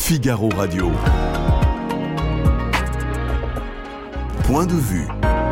Figaro Radio. Point de vue.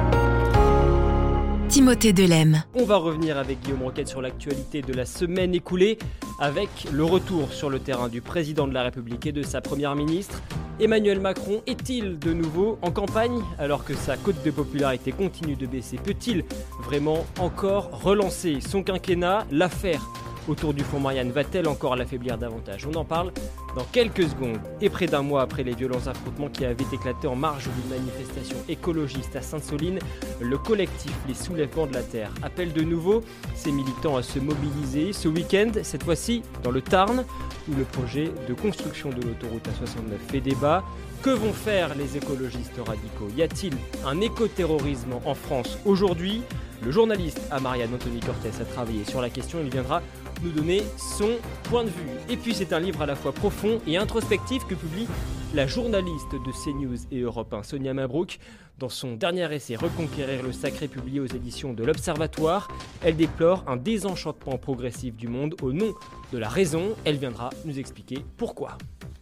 Timothée Delem. On va revenir avec Guillaume Roquette sur l'actualité de la semaine écoulée avec le retour sur le terrain du président de la République et de sa première ministre. Emmanuel Macron est-il de nouveau en campagne alors que sa cote de popularité continue de baisser? Peut-il vraiment encore relancer son quinquennat? L'affaire autour du fonds Marianne va-t-elle encore l'affaiblir davantage? On en parle dans quelques secondes. Et près d'un mois après les violents affrontements qui avaient éclaté en marge d'une manifestation écologiste à Sainte-Soline, le collectif Les Soulèvements de la Terre appelle de nouveau ses militants à se mobiliser ce week-end, cette fois-ci dans le Tarn, où le projet de construction de l'autoroute A69 fait débat. Que vont faire les écologistes radicaux? Y a-t-il un écoterrorisme en France aujourd'hui? Le journaliste Marianne Anthony Cortès a travaillé sur la question. Il viendra nous donner son point de vue. Et puis c'est un livre à la fois profond et introspectif que publie la journaliste de CNews et Europe 1, Sonia Mabrouk. Dans son dernier essai Reconquérir le sacré, publié aux éditions de l'Observatoire, elle déplore un désenchantement progressif du monde au nom de la raison. Elle viendra nous expliquer pourquoi.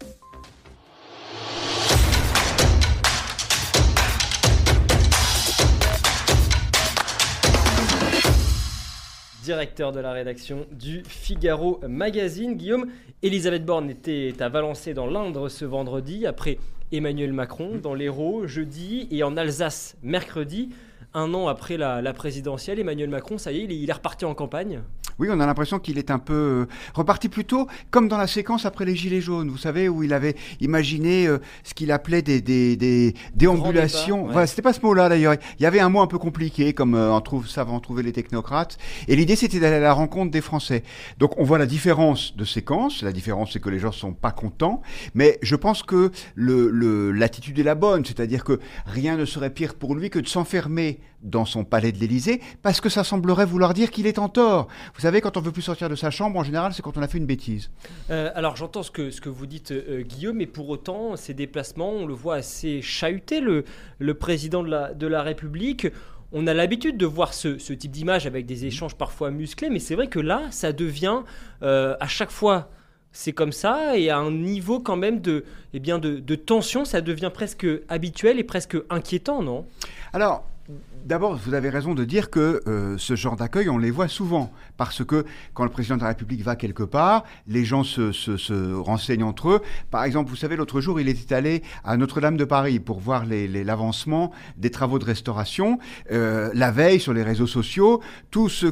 Directeur de la rédaction du Figaro Magazine. Guillaume, Elisabeth Borne était à Valençay dans l'Indre ce vendredi, après Emmanuel Macron dans l'Hérault jeudi et en Alsace mercredi. Un an après la présidentielle, Emmanuel Macron, ça y est, il est reparti en campagne. Oui, on a l'impression qu'il est un peu reparti plus tôt, comme dans la séquence après les Gilets jaunes, vous savez, où il avait imaginé ce qu'il appelait des déambulations. Ouais. Voilà, c'était pas ce mot-là d'ailleurs. Il y avait un mot un peu compliqué, comme savent en trouver les technocrates. Et l'idée, c'était d'aller à la rencontre des Français. Donc, on voit la différence de séquence. La différence, c'est que les gens sont pas contents. Mais je pense que l'attitude est la bonne. C'est-à-dire que rien ne serait pire pour lui que de s'enfermer dans son palais de l'Élysée, parce que ça semblerait vouloir dire qu'il est en tort. Vous savez, quand on veut plus sortir de sa chambre, en général, c'est quand on a fait une bêtise. Alors j'entends ce que vous dites, Guillaume, mais pour autant, ces déplacements, on le voit assez chahuter, le président de la République. On a l'habitude de voir ce type d'image avec des échanges parfois musclés, mais c'est vrai que là, ça devient à chaque fois... C'est comme ça, et à un niveau quand même de tension, ça devient presque habituel et presque inquiétant, non? Alors, d'abord, vous avez raison de dire que ce genre d'accueil, on les voit souvent. Parce que quand le président de la République va quelque part, les gens se renseignent entre eux. Par exemple, vous savez, l'autre jour, il était allé à Notre-Dame de Paris pour voir l'avancement des travaux de restauration. La veille, sur les réseaux sociaux, tout ce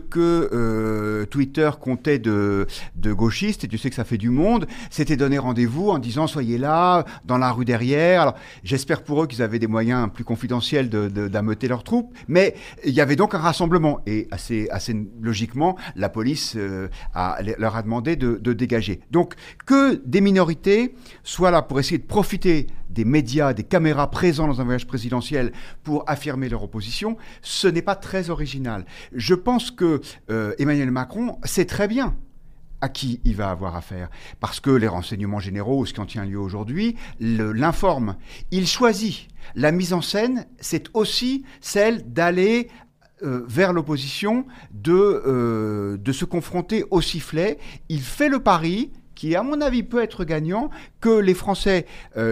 que Twitter comptait de gauchistes, et tu sais que ça fait du monde, s'était donné rendez-vous en disant « Soyez là, dans la rue derrière ». Alors, j'espère pour eux qu'ils avaient des moyens plus confidentiels d'ameuter leurs troupes. Mais il y avait donc un rassemblement. Et assez logiquement, la police leur a demandé de dégager. Donc, que des minorités soient là pour essayer de profiter des médias, des caméras présents dans un voyage présidentiel pour affirmer leur opposition, ce n'est pas très original. Je pense que Emmanuel Macron sait très bien à qui il va avoir affaire. Parce que les renseignements généraux, ce qui en tient lieu aujourd'hui, l'informent. Il choisit. La mise en scène, c'est aussi celle d'aller vers l'opposition, de se confronter au sifflet. Il fait le pari, qui à mon avis peut être gagnant, que les Français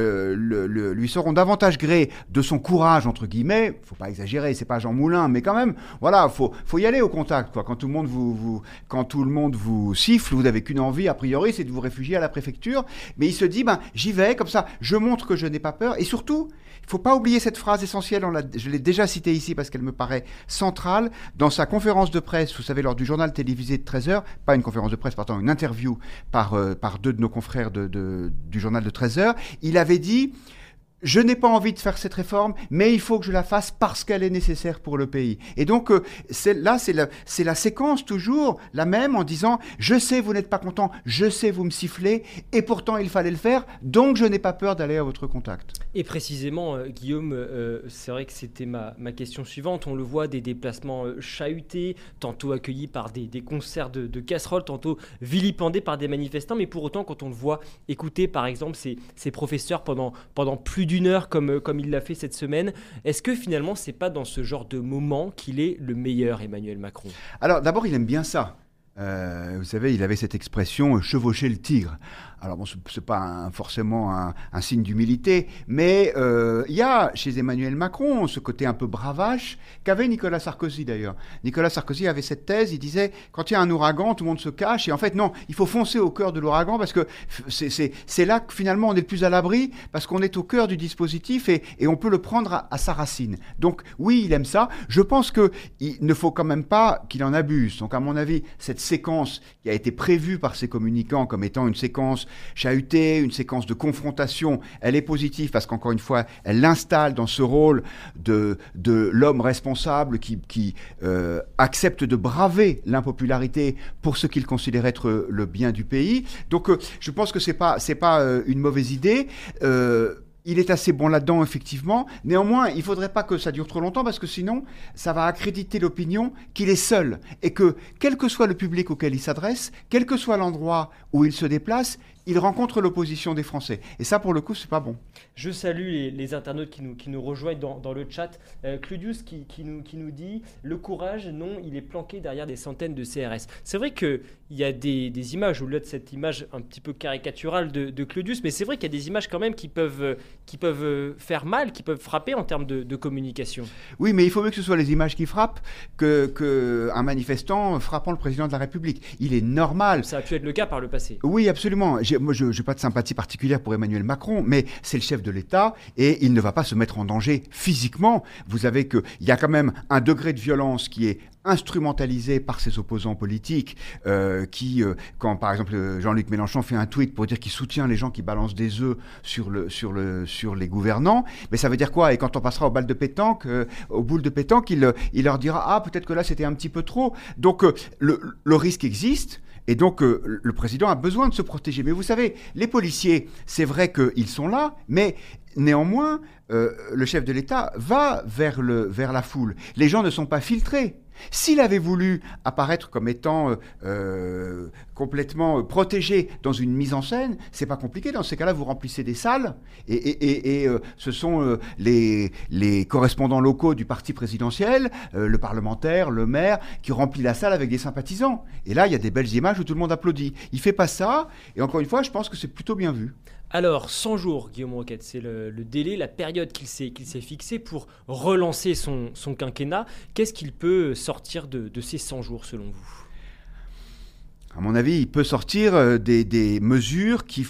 lui seront davantage gré de son courage, entre guillemets. Faut pas exagérer, c'est pas Jean Moulin, mais quand même, voilà, faut y aller au contact, quoi. Quand tout le monde vous siffle, vous n'avez qu'une envie, a priori, c'est de vous réfugier à la préfecture. Mais il se dit, j'y vais, comme ça, je montre que je n'ai pas peur. Et surtout, il faut pas oublier cette phrase essentielle, je l'ai déjà citée ici parce qu'elle me paraît centrale, dans sa conférence de presse, vous savez, lors du journal télévisé de 13h, pas une conférence de presse, pardon, une interview par deux de nos confrères du journal de 13h, il avait dit « Je n'ai pas envie de faire cette réforme, mais il faut que je la fasse parce qu'elle est nécessaire pour le pays. » Et donc, c'est la séquence toujours la même en disant « Je sais, vous n'êtes pas content, je sais, vous me sifflez, et pourtant il fallait le faire, donc je n'ai pas peur d'aller à votre contact. » Et précisément, Guillaume, c'est vrai que c'était ma question suivante. On le voit, des déplacements chahutés, tantôt accueillis par des concerts de casseroles, tantôt vilipendés par des manifestants. Mais pour autant, quand on le voit écouter, par exemple, ses professeurs pendant plus d'une heure, comme il l'a fait cette semaine, est-ce que finalement, c'est pas dans ce genre de moment qu'il est le meilleur, Emmanuel Macron? Alors, d'abord, il aime bien ça. Vous savez, il avait cette expression « chevaucher le tigre ». Alors bon, c'est pas forcément un signe d'humilité, mais il y a chez Emmanuel Macron ce côté un peu bravache qu'avait Nicolas Sarkozy d'ailleurs. Nicolas Sarkozy avait cette thèse, il disait quand il y a un ouragan, tout le monde se cache, et en fait non, il faut foncer au cœur de l'ouragan parce que c'est là que finalement on est le plus à l'abri, parce qu'on est au cœur du dispositif et on peut le prendre à sa racine. Donc oui, il aime ça. Je pense qu'il ne faut quand même pas qu'il en abuse. Donc à mon avis, cette séquence qui a été prévue par ses communicants comme étant une séquence chahutée, une séquence de confrontation, elle est positive parce qu'encore une fois, elle l'installe dans ce rôle de l'homme responsable qui accepte de braver l'impopularité pour ce qu'il considère être le bien du pays. Donc je pense que c'est pas une mauvaise idée. Il est assez bon là-dedans, effectivement. Néanmoins, il ne faudrait pas que ça dure trop longtemps parce que sinon, ça va accréditer l'opinion qu'il est seul et que, quel que soit le public auquel il s'adresse, quel que soit l'endroit où il se déplace, il rencontre l'opposition des Français. Et ça, pour le coup, c'est pas bon. Je salue les internautes qui nous rejoignent dans le chat. Claudius qui nous dit « Le courage, non, il est planqué derrière des centaines de CRS ». C'est vrai qu'il y a des images, au-delà de cette image un petit peu caricaturale de Claudius, mais c'est vrai qu'il y a des images quand même qui peuvent faire mal, qui peuvent frapper en termes de communication. Oui, mais il faut mieux que ce soit les images qui frappent qu'un manifestant frappant le président de la République. Il est normal. Ça a pu être le cas par le passé. Oui, absolument. Moi, je n'ai pas de sympathie particulière pour Emmanuel Macron, mais c'est le chef de l'État et il ne va pas se mettre en danger physiquement. Vous savez qu'il y a quand même un degré de violence qui est instrumentalisé par ses opposants politiques quand par exemple Jean-Luc Mélenchon fait un tweet pour dire qu'il soutient les gens qui balancent des œufs sur les gouvernants, mais ça veut dire quoi? Et quand on passera aux boules de pétanque, il leur dira ah peut-être que là c'était un petit peu trop. Donc le risque existe. Et donc, le président a besoin de se protéger. Mais vous savez, les policiers, c'est vrai qu'ils sont là, mais néanmoins, le chef de l'État va vers la foule. Les gens ne sont pas filtrés. S'il avait voulu apparaître comme étant complètement protégé dans une mise en scène, c'est pas compliqué. Dans ces cas-là, vous remplissez des salles et ce sont les correspondants locaux du parti présidentiel, le parlementaire, le maire, qui remplit la salle avec des sympathisants. Et là, il y a des belles images où tout le monde applaudit. Il fait pas ça, et encore une fois, je pense que c'est plutôt bien vu. Alors, 100 jours, Guillaume Roquette, c'est le délai, la période qu'il s'est fixée pour relancer son quinquennat. Qu'est-ce qu'il peut sortir de ces 100 jours, selon vous ? À mon avis, il peut sortir des mesures qui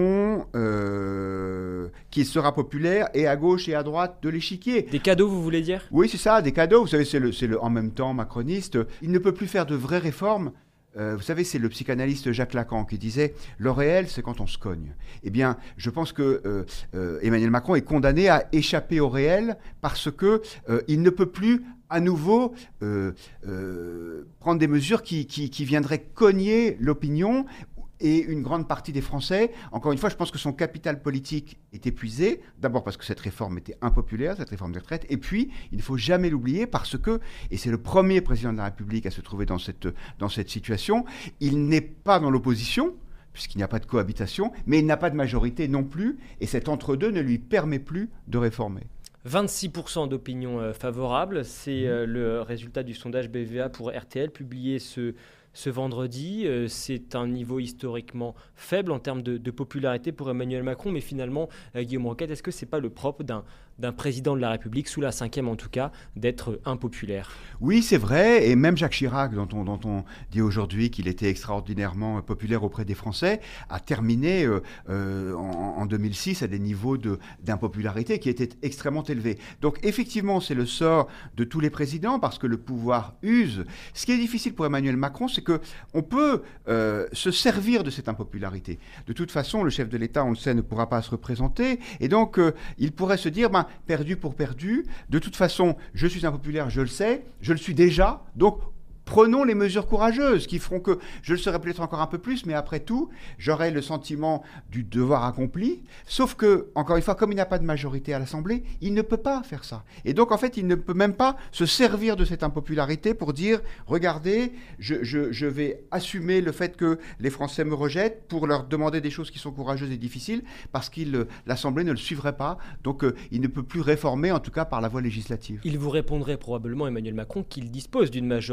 qu'il sera populaire et à gauche et à droite de l'échiquier. Des cadeaux, vous voulez dire ? Oui, c'est ça, des cadeaux. Vous savez, c'est le en même temps macroniste. Il ne peut plus faire de vraies réformes. Vous savez, c'est le psychanalyste Jacques Lacan qui disait « Le réel, c'est quand on se cogne ». Eh bien, je pense que Emmanuel Macron est condamné à échapper au réel parce qu'il ne peut plus à nouveau prendre des mesures qui viendraient cogner l'opinion et une grande partie des Français. Encore une fois, je pense que son capital politique est épuisé. D'abord parce que cette réforme était impopulaire, cette réforme des retraites. Et puis, il ne faut jamais l'oublier parce que, et c'est le premier président de la République à se trouver dans cette situation, il n'est pas dans l'opposition, puisqu'il n'y a pas de cohabitation, mais il n'a pas de majorité non plus. Et cet entre-deux ne lui permet plus de réformer. 26% d'opinion favorable, c'est le résultat du sondage BVA pour RTL publié ce vendredi. C'est un niveau historiquement faible en termes de popularité pour Emmanuel Macron, mais finalement, Guillaume Roquette, est-ce que ce n'est pas le propre d'un président de la République, sous la 5e en tout cas, d'être impopulaire ? Oui, c'est vrai, et même Jacques Chirac, dont on dit aujourd'hui qu'il était extraordinairement populaire auprès des Français, a terminé en 2006 à des niveaux d'impopularité qui étaient extrêmement élevés. Donc effectivement, c'est le sort de tous les présidents, parce que le pouvoir use. Ce qui est difficile pour Emmanuel Macron, c'est qu'on peut se servir de cette impopularité. De toute façon, le chef de l'État, on le sait, ne pourra pas se représenter, et donc il pourrait se dire, perdu pour perdu, de toute façon, je suis impopulaire, je le sais, je le suis déjà, donc prenons les mesures courageuses qui feront que je le serai peut-être encore un peu plus, mais après tout, j'aurai le sentiment du devoir accompli. Sauf que, encore une fois, comme il n'a pas de majorité à l'Assemblée, il ne peut pas faire ça. Et donc, en fait, il ne peut même pas se servir de cette impopularité pour dire « Regardez, je vais assumer le fait que les Français me rejettent pour leur demander des choses qui sont courageuses et difficiles, parce que l'Assemblée ne le suivrait pas. Donc, il ne peut plus réformer, en tout cas par la voie législative. » Il vous répondrait probablement, Emmanuel Macron, qu'il dispose d'une majorité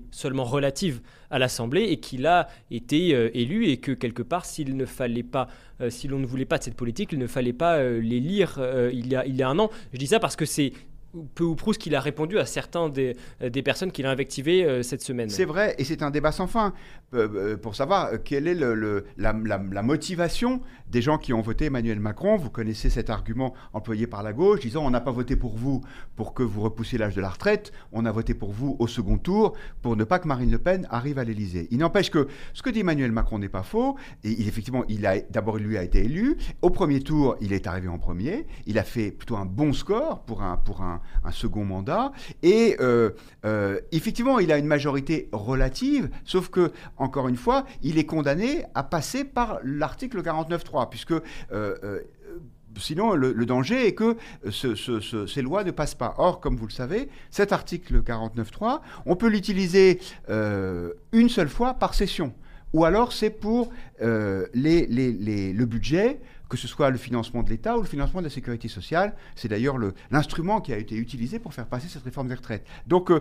seulement relative à l'Assemblée et qu'il a été élu et que quelque part, si l'on ne voulait pas de cette politique, il ne fallait pas les lire il y a un an. Je dis ça parce que c'est peu ou prou ce qu'il a répondu à certains des personnes qu'il a invectivées cette semaine. C'est vrai, et c'est un débat sans fin pour savoir quelle est la motivation des gens qui ont voté Emmanuel Macron. Vous connaissez cet argument employé par la gauche, disant on n'a pas voté pour vous pour que vous repoussiez l'âge de la retraite, on a voté pour vous au second tour pour ne pas que Marine Le Pen arrive à l'Élysée. Il n'empêche que ce que dit Emmanuel Macron n'est pas faux, et effectivement, d'abord lui a été élu, au premier tour, il est arrivé en premier, il a fait plutôt un bon score pour un second mandat, et effectivement, il a une majorité relative, sauf que, encore une fois, il est condamné à passer par l'article 49.3, puisque sinon, le danger est que ces lois ne passent pas. Or, comme vous le savez, cet article 49.3, on peut l'utiliser une seule fois par session, ou alors c'est pour le budget, que ce soit le financement de l'État ou le financement de la sécurité sociale. C'est d'ailleurs l'instrument qui a été utilisé pour faire passer cette réforme des retraites. Donc,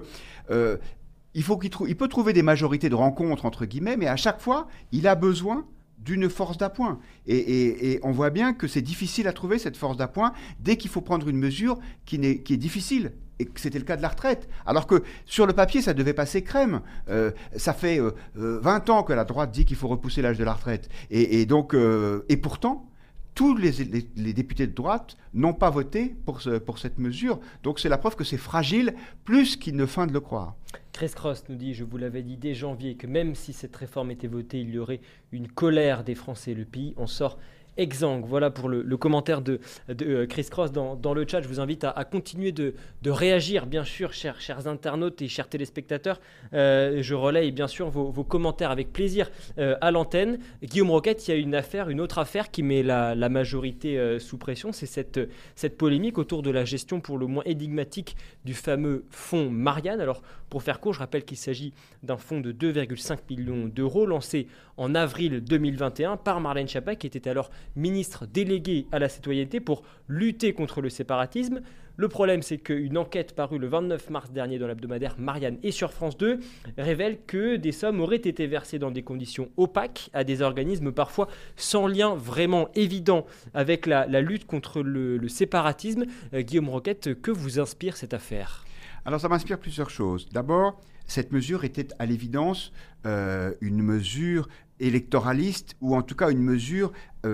il peut trouver des majorités de rencontre, entre guillemets, mais à chaque fois, il a besoin d'une force d'appoint. Et on voit bien que c'est difficile à trouver, cette force d'appoint, dès qu'il faut prendre une mesure qui est difficile. Et que c'était le cas de la retraite. Alors que sur le papier, ça devait passer crème. Ça fait 20 ans que la droite dit qu'il faut repousser l'âge de la retraite. Et pourtant, tous les députés de droite n'ont pas voté pour cette mesure. Donc c'est la preuve que c'est fragile, plus qu'ils ne feignent de le croire. Chris Cross nous dit, je vous l'avais dit dès janvier, que même si cette réforme était votée, il y aurait une colère des Français. Le pays en sort exsangue. Voilà pour le commentaire de Chris Cross dans le chat. Je vous invite à continuer de réagir, bien sûr, chers internautes et chers téléspectateurs. Je relaye bien sûr vos commentaires avec plaisir à l'antenne. Guillaume Roquette, il y a une autre affaire qui met la majorité sous pression. C'est cette polémique autour de la gestion pour le moins énigmatique du fameux fonds Marianne. Alors, pour faire court, je rappelle qu'il s'agit d'un fonds de 2,5 millions d'euros lancé en avril 2021 par Marlène Schiappa, qui était alors ministre déléguée à la citoyenneté pour lutter contre le séparatisme. Le problème, c'est qu'une enquête parue le 29 mars dernier dans l'hebdomadaire Marianne et sur France 2 révèle que des sommes auraient été versées dans des conditions opaques à des organismes parfois sans lien vraiment évident avec la lutte contre le séparatisme. Guillaume Roquette, que vous inspire cette affaire ? Alors ça m'inspire plusieurs choses. D'abord, cette mesure était à l'évidence une mesure électoraliste, ou en tout cas une mesure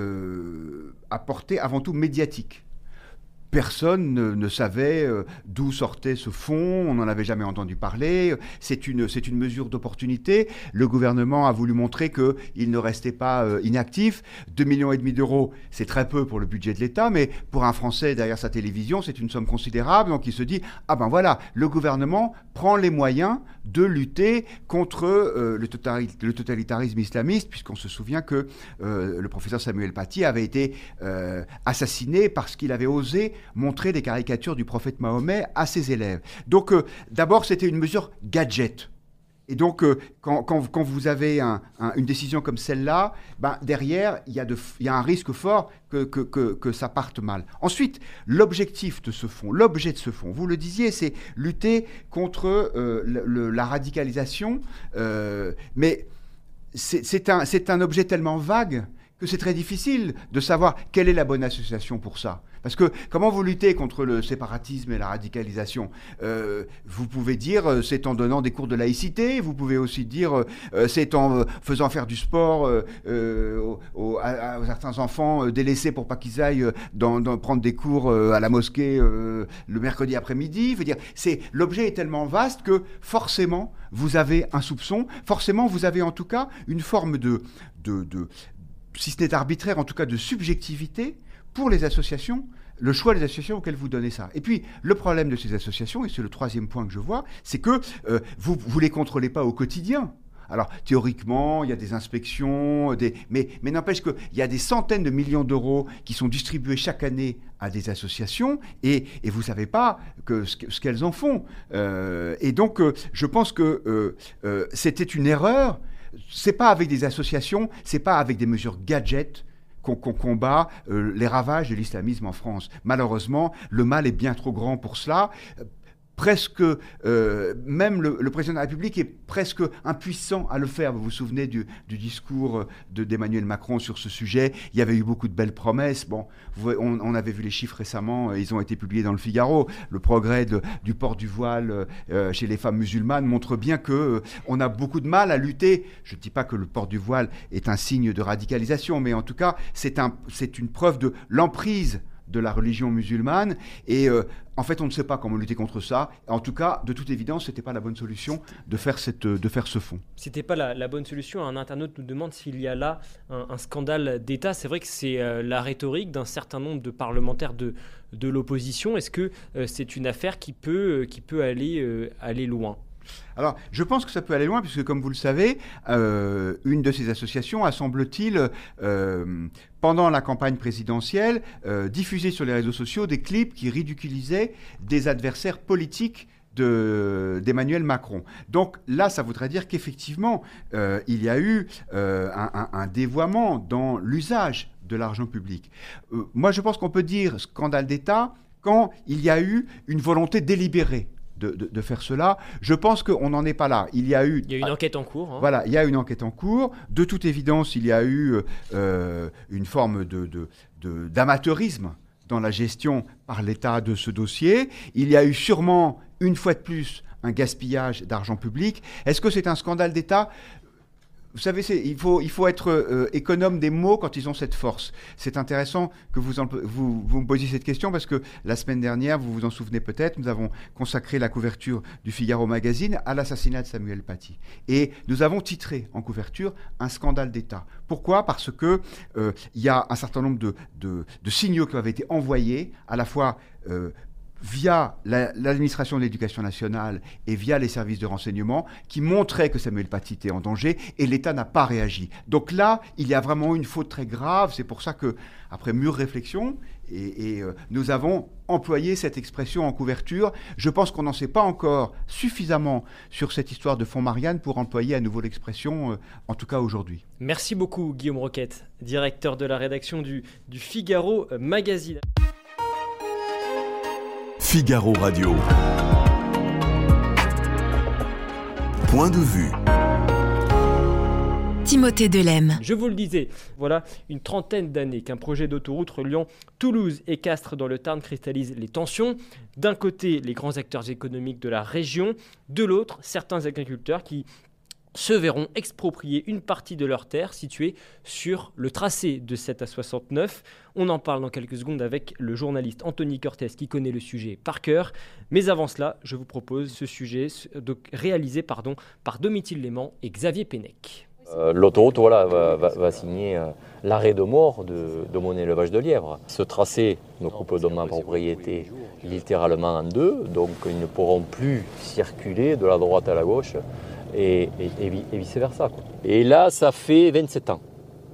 à portée avant tout médiatique. Personne ne savait d'où sortait ce fonds, on n'en avait jamais entendu parler. C'est une mesure d'opportunité. Le gouvernement a voulu montrer qu'il ne restait pas inactif. 2,5 millions d'euros, c'est très peu pour le budget de l'État, mais pour un Français derrière sa télévision, c'est une somme considérable. Donc il se dit, ah ben voilà, le gouvernement prend les moyens de lutter contre le totalitarisme islamiste, puisqu'on se souvient que le professeur Samuel Paty avait été assassiné parce qu'il avait osé montrer des caricatures du prophète Mahomet à ses élèves. Donc, d'abord, c'était une mesure gadget. Et donc, quand vous avez une décision comme celle-là, ben, derrière, il y a un risque fort que ça parte mal. Ensuite, l'objectif de ce fonds, l'objet de ce fonds, vous le disiez, c'est lutter contre la radicalisation, mais c'est un objet tellement vague que c'est très difficile de savoir quelle est la bonne association pour ça. Parce que comment vous luttez contre le séparatisme et la radicalisation ? Vous pouvez dire c'est en donnant des cours de laïcité, vous pouvez aussi dire c'est en faisant faire du sport à certains enfants délaissés pour pas qu'ils aillent prendre des cours à la mosquée le mercredi après-midi. Je veux dire, l'objet est tellement vaste que forcément vous avez un soupçon, forcément vous avez en tout cas une forme de si ce n'est arbitraire, en tout cas de subjectivité, pour les associations, le choix des associations auxquelles vous donnez ça. Et puis, le problème de ces associations, et c'est le troisième point que je vois, c'est que vous ne les contrôlez pas au quotidien. Alors, théoriquement, il y a des inspections, mais n'empêche qu'il y a des centaines de millions d'euros qui sont distribués chaque année à des associations, et vous ne savez pas ce qu'elles en font. Et donc, je pense que c'était une erreur. C'est pas avec des associations, c'est pas avec des mesures gadgets qu'on combat les ravages de l'islamisme en France. Malheureusement, le mal est bien trop grand pour cela. presque, même le président de la République est presque impuissant à le faire. Vous vous souvenez du discours d'Emmanuel Macron sur ce sujet. Il y avait eu beaucoup de belles promesses. Bon, on avait vu les chiffres récemment, ils ont été publiés dans le Figaro. Le progrès du port du voile chez les femmes musulmanes montre bien qu'on a beaucoup de mal à lutter. Je ne dis pas que le port du voile est un signe de radicalisation, mais en tout cas, c'est une preuve de l'emprise de la religion musulmane et en fait on ne sait pas comment lutter contre ça. En tout cas, de toute évidence, c'était pas la bonne solution de faire ce fonds. C'était pas la bonne solution. Un internaute nous demande s'il y a là un scandale d'État. C'est vrai que c'est la rhétorique d'un certain nombre de parlementaires de l'opposition. Est-ce que c'est une affaire qui peut aller loin ? Alors, je pense que ça peut aller loin, puisque comme vous le savez, une de ces associations a, semble-t-il, pendant la campagne présidentielle, diffusé sur les réseaux sociaux des clips qui ridiculisaient des adversaires politiques d'Emmanuel Macron. Donc là, ça voudrait dire qu'effectivement, il y a eu un dévoiement dans l'usage de l'argent public. Moi, je pense qu'on peut dire scandale d'État quand il y a eu une volonté délibérée de faire cela. Je pense qu'on n'en est pas là. Il y a une enquête en cours. Voilà, il y a une enquête en cours. De toute évidence, il y a eu une forme d'amateurisme dans la gestion par l'État de ce dossier. Il y a eu sûrement, une fois de plus, un gaspillage d'argent public. Est-ce que c'est un scandale d'État ? Vous savez, il faut être économe des mots quand ils ont cette force. C'est intéressant que vous me posiez cette question parce que la semaine dernière, vous vous en souvenez peut-être, nous avons consacré la couverture du Figaro Magazine à l'assassinat de Samuel Paty. Et nous avons titré en couverture un scandale d'État. Pourquoi ? Parce que il y a un certain nombre de signaux qui avaient été envoyés, à la fois via l'administration de l'éducation nationale et via les services de renseignement qui montraient que Samuel Paty était en danger et l'État n'a pas réagi. Donc là, il y a vraiment une faute très grave. C'est pour ça qu'après mûre réflexion, nous avons employé cette expression en couverture. Je pense qu'on n'en sait pas encore suffisamment sur cette histoire de fonds Marianne pour employer à nouveau l'expression, en tout cas aujourd'hui. Merci beaucoup Guillaume Roquette, directeur de la rédaction du Figaro Magazine. Figaro Radio. Point de vue. Timothée Delem. Je vous le disais, voilà une trentaine d'années qu'un projet d'autoroute reliant Toulouse et Castres dans le Tarn cristallise les tensions. D'un côté, les grands acteurs économiques de la région, de l'autre, certains agriculteurs qui se verront exproprier une partie de leurs terres situées sur le tracé de cette A69. On en parle dans quelques secondes avec le journaliste Anthony Cortès qui connaît le sujet par cœur. Mais avant cela, je vous propose ce sujet réalisé par Domitil Léman et Xavier Pennec. L'autoroute va signer l'arrêt de mort de mon élevage de lièvres. Ce tracé me coupe de ma propriété littéralement en deux, donc ils ne pourront plus circuler de la droite à la gauche. Et vice-versa. Et là, ça fait 27 ans.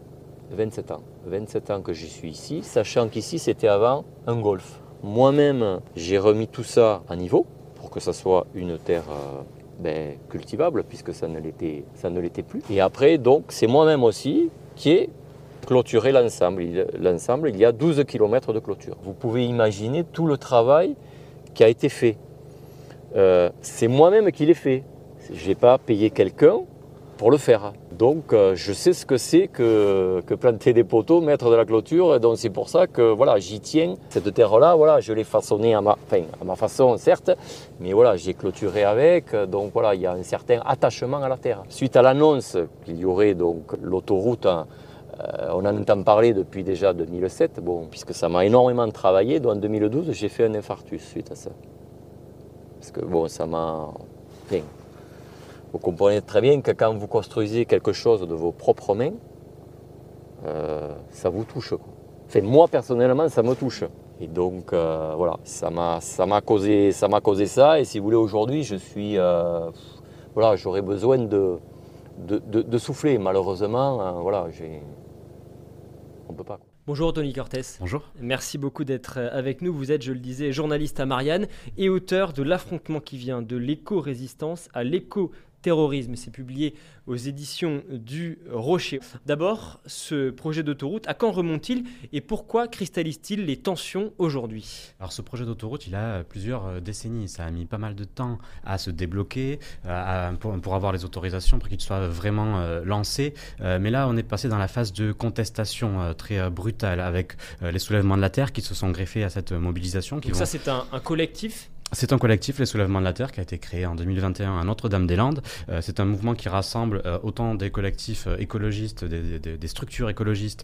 27 ans que je suis ici, sachant qu'ici, c'était avant un golf. Moi-même, j'ai remis tout ça à niveau pour que ça soit une terre cultivable, puisque ça ne l'était plus. Et après, donc, c'est moi-même aussi qui ai clôturé l'ensemble. L'ensemble, il y a 12 km de clôture. Vous pouvez imaginer tout le travail qui a été fait. C'est moi-même qui l'ai fait. Je n'ai pas payé quelqu'un pour le faire. Donc je sais ce que c'est que planter des poteaux, mettre de la clôture. Donc c'est pour ça que j'y tiens. Cette terre-là, je l'ai façonnée à ma façon, certes. Mais j'ai clôturé avec. Donc il y a un certain attachement à la terre. Suite à l'annonce qu'il y aurait donc l'autoroute, on en entend parler depuis déjà 2007. Puisque ça m'a énormément travaillé. Donc en 2012, j'ai fait un infarctus suite à ça. Parce que ça m'a... Vous comprenez très bien que quand vous construisez quelque chose de vos propres mains, ça vous touche. Moi, personnellement, ça me touche. Et donc, ça m'a causé ça. Et si vous voulez, aujourd'hui, je suis... j'aurais besoin de souffler. Malheureusement, on ne peut pas. Bonjour Tony Cortès. Bonjour. Merci beaucoup d'être avec nous. Vous êtes, je le disais, journaliste à Marianne et auteur de L'affrontement qui vient de l'éco-résistance à l'éco terrorisme. C'est publié aux éditions du Rocher. D'abord, ce projet d'autoroute, à quand remonte-t-il et pourquoi cristallise-t-il les tensions aujourd'hui ? Alors ce projet d'autoroute, il a plusieurs décennies. Ça a mis pas mal de temps à se débloquer, pour avoir les autorisations, pour qu'il soit vraiment lancé. Mais là, on est passé dans la phase de contestation très brutale avec les soulèvements de la terre qui se sont greffés à cette mobilisation. Donc ça, c'est un collectif ? C'est un collectif, les Soulèvements de la Terre, qui a été créé en 2021 à Notre-Dame-des-Landes. C'est un mouvement qui rassemble autant des collectifs écologistes, des structures écologistes,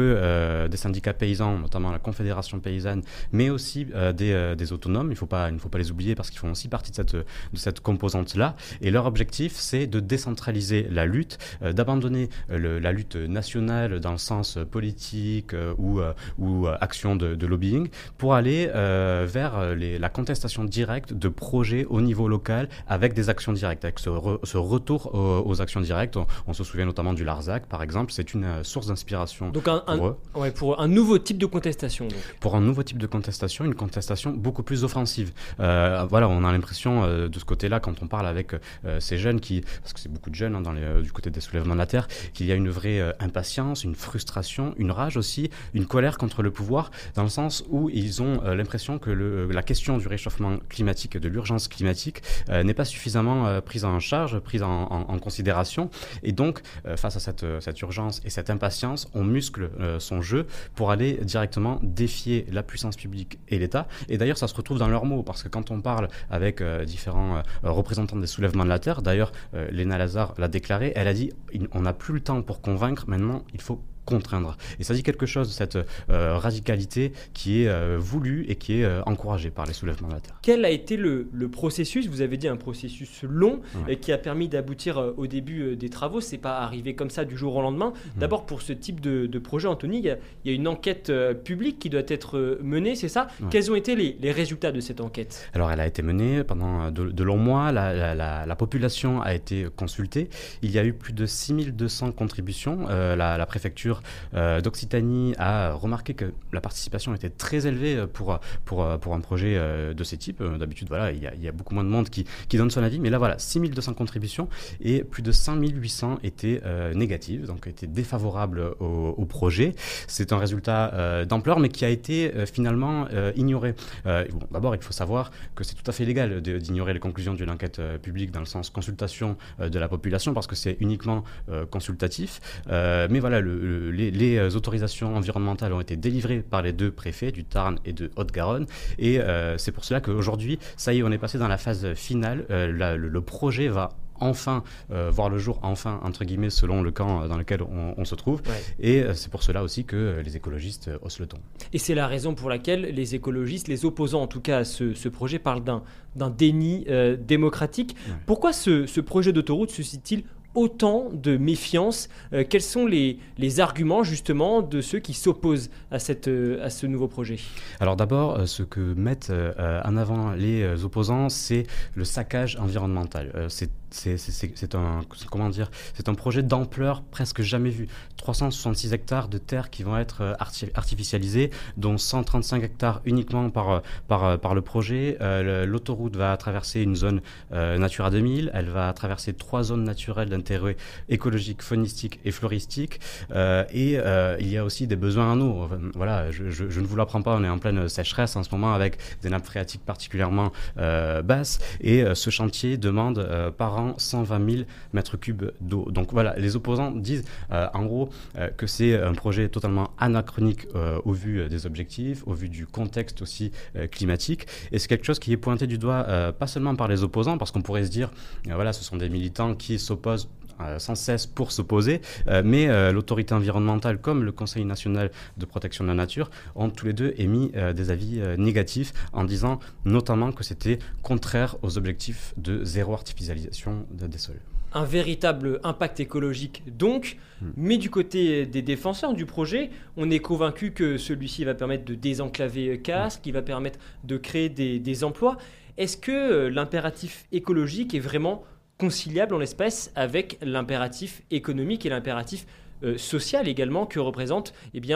que des syndicats paysans, notamment la Confédération paysanne, mais aussi des autonomes. Il ne faut pas les oublier parce qu'ils font aussi partie de cette composante-là. Et leur objectif, c'est de décentraliser la lutte, d'abandonner la lutte nationale dans le sens politique ou action de lobbying, pour aller vers la contestation directe de projets au niveau local avec des actions directes, avec ce retour aux actions directes. On se souvient notamment du Larzac, par exemple. C'est une source d'inspiration donc pour eux. Ouais, pour un nouveau type de contestation. Donc. Pour un nouveau type de contestation, une contestation beaucoup plus offensive. Voilà, on a l'impression de ce côté-là, quand on parle avec ces jeunes, parce que c'est beaucoup de jeunes du côté des soulèvements de la terre, qu'il y a une vraie impatience, une frustration, une rage aussi, une colère contre le pouvoir, dans le sens où ils ont l'impression que la question du réchauffement climatique, de l'urgence climatique, n'est pas suffisamment prise en charge, prise en considération. Et donc, face à cette urgence et cette impatience, on muscle son jeu pour aller directement défier la puissance publique et l'État. Et d'ailleurs, ça se retrouve dans leurs mots, parce que quand on parle avec différents représentants des soulèvements de la terre, d'ailleurs, Léna Lazare l'a déclaré, elle a dit « on n'a plus le temps pour convaincre, maintenant il faut contraindre ». Et ça dit quelque chose de cette radicalité qui est voulue et qui est encouragée par les soulèvements de la terre. Quel a été le processus ? Vous avez dit un processus long qui a permis d'aboutir au début des travaux. C'est pas arrivé comme ça du jour au lendemain. D'abord, pour ce type de projet, Anthony, il y a une enquête publique qui doit être menée, c'est ça ? Quels ont été les résultats de cette enquête ? Alors, elle a été menée pendant de longs mois. La population a été consultée. Il y a eu plus de 6200 contributions. La préfecture d'Occitanie a remarqué que la participation était très élevée pour un projet de ce type. D'habitude, voilà, il y a beaucoup moins de monde qui donne son avis, mais là, voilà, 6200 contributions et plus de 5800 étaient négatives, donc étaient défavorables au projet. C'est un résultat d'ampleur, mais qui a été finalement ignoré. D'abord, il faut savoir que c'est tout à fait légal d'ignorer les conclusions d'une enquête publique dans le sens consultation de la population, parce que c'est uniquement consultatif. Mais voilà, les autorisations environnementales ont été délivrées par les deux préfets du Tarn et de Haute-Garonne, et c'est pour cela qu'aujourd'hui, ça y est, on est passé dans la phase finale. Le projet va enfin voir le jour, enfin, entre guillemets, selon le camp dans lequel on se trouve. Ouais. Et c'est pour cela aussi que les écologistes haussent le ton. Et c'est la raison pour laquelle les écologistes, les opposants en tout cas à ce projet, parlent d'un déni démocratique. Ouais. Pourquoi ce projet d'autoroute suscite-t-il autant de méfiance? Quels sont les arguments justement de ceux qui s'opposent à ce nouveau projet? Alors d'abord, ce que mettent en avant les opposants, c'est le saccage environnemental. C'est un projet d'ampleur presque jamais vu. 366 hectares de terre qui vont être artificialisés, dont 135 hectares uniquement par le projet. L'autoroute va traverser une zone Natura 2000, elle va traverser 3 zones naturelles d'intérêt écologique, faunistique et floristique. Il y a aussi des besoins en eau. Voilà, je ne vous l'apprends pas, on est en pleine sécheresse en ce moment avec des nappes phréatiques particulièrement basses. Et ce chantier demande par an 120 000 mètres cubes d'eau. Donc voilà, les opposants disent en gros que c'est un projet totalement anachronique au vu des objectifs, au vu du contexte aussi climatique. Et c'est quelque chose qui est pointé du doigt pas seulement par les opposants, parce qu'on pourrait se dire, voilà, ce sont des militants qui s'opposent sans cesse pour s'opposer, mais l'autorité environnementale comme le Conseil national de protection de la nature ont tous les deux émis des avis négatifs en disant notamment que c'était contraire aux objectifs de zéro artificialisation des sols. Un véritable impact écologique donc, mais du côté des défenseurs du projet, on est convaincu que celui-ci va permettre de désenclaver Castres, qui va permettre de créer des emplois. Est-ce que l'impératif écologique est vraiment conciliable en l'espèce avec l'impératif économique et l'impératif sociale également que représente